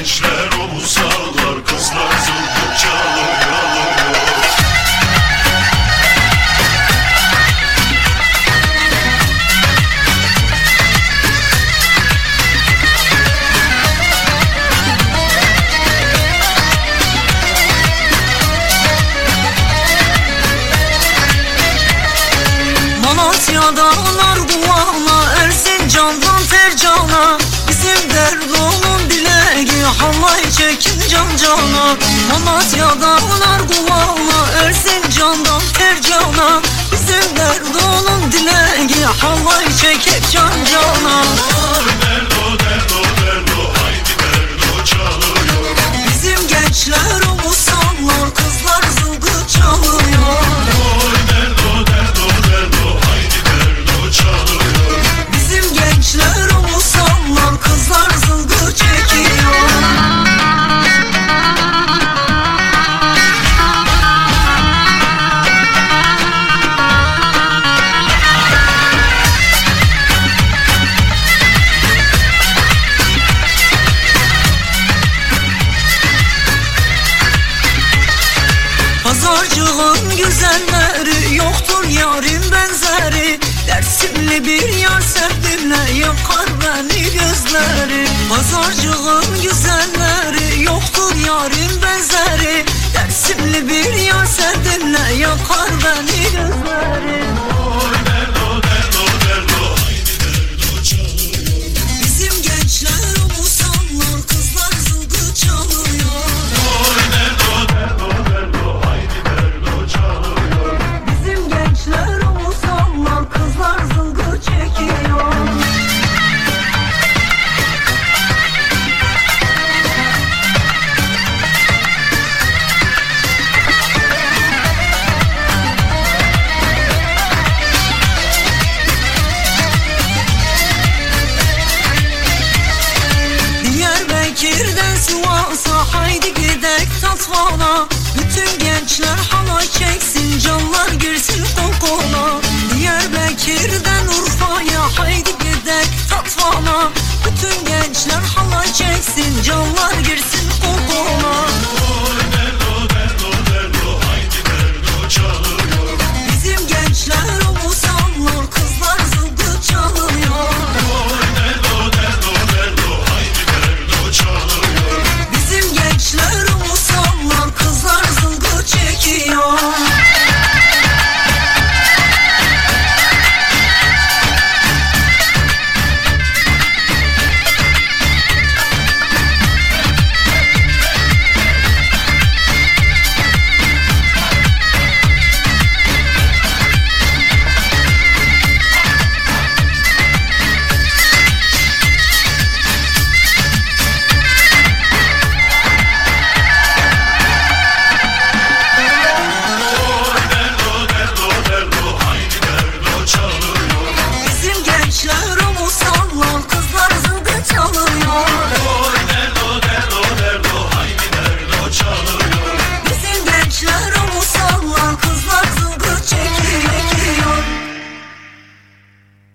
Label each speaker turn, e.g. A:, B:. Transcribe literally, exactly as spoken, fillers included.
A: gençler omuz sallar, kızlar zılgıt çalıyor.
B: Malatya dağlar duvağına, Erzincan'dan Tercan'a, bizim Derdo'nun dileği halay çekin can cana. Malatya dağlar duvağına, Erzincan'dan Tercan'a, bizim Derdo'nun dileği halay çekip can cana.
A: Derdo, derdo, derdo, haydi derdo çalıyor.
B: Bizim gençler omuz sallar, kızlar zılgıt çalıyor.
A: Derdo, derdo, derdo, haydi derdo çalıyor.
B: Bizim gençler omuz sallar, kızlar zılgıt çekiyor. Pazarcığın güzelleri, yoktur yarın benzeri. Dersimli bir yar sevdimle, yakar beni gözleri. Pazarcığın güzelleri, yoktur yarın benzeri. Dersimli bir yar sevdimle, yakar beni gözleri.
A: Derdo, derdo, derdo, haydi derdo çalıyor.
B: Bizim gençler omuz sallar, kızlar zılgıt çalıyor.
A: Derdo, derdo, derdo, haydi derdo çalıyor.
B: Bizim gençler omuz sallar, kızlar zılgıt çekiyor. Diyarbakır'dan Sivas'a, haydi gidek Tatvan'a. Bütün gençler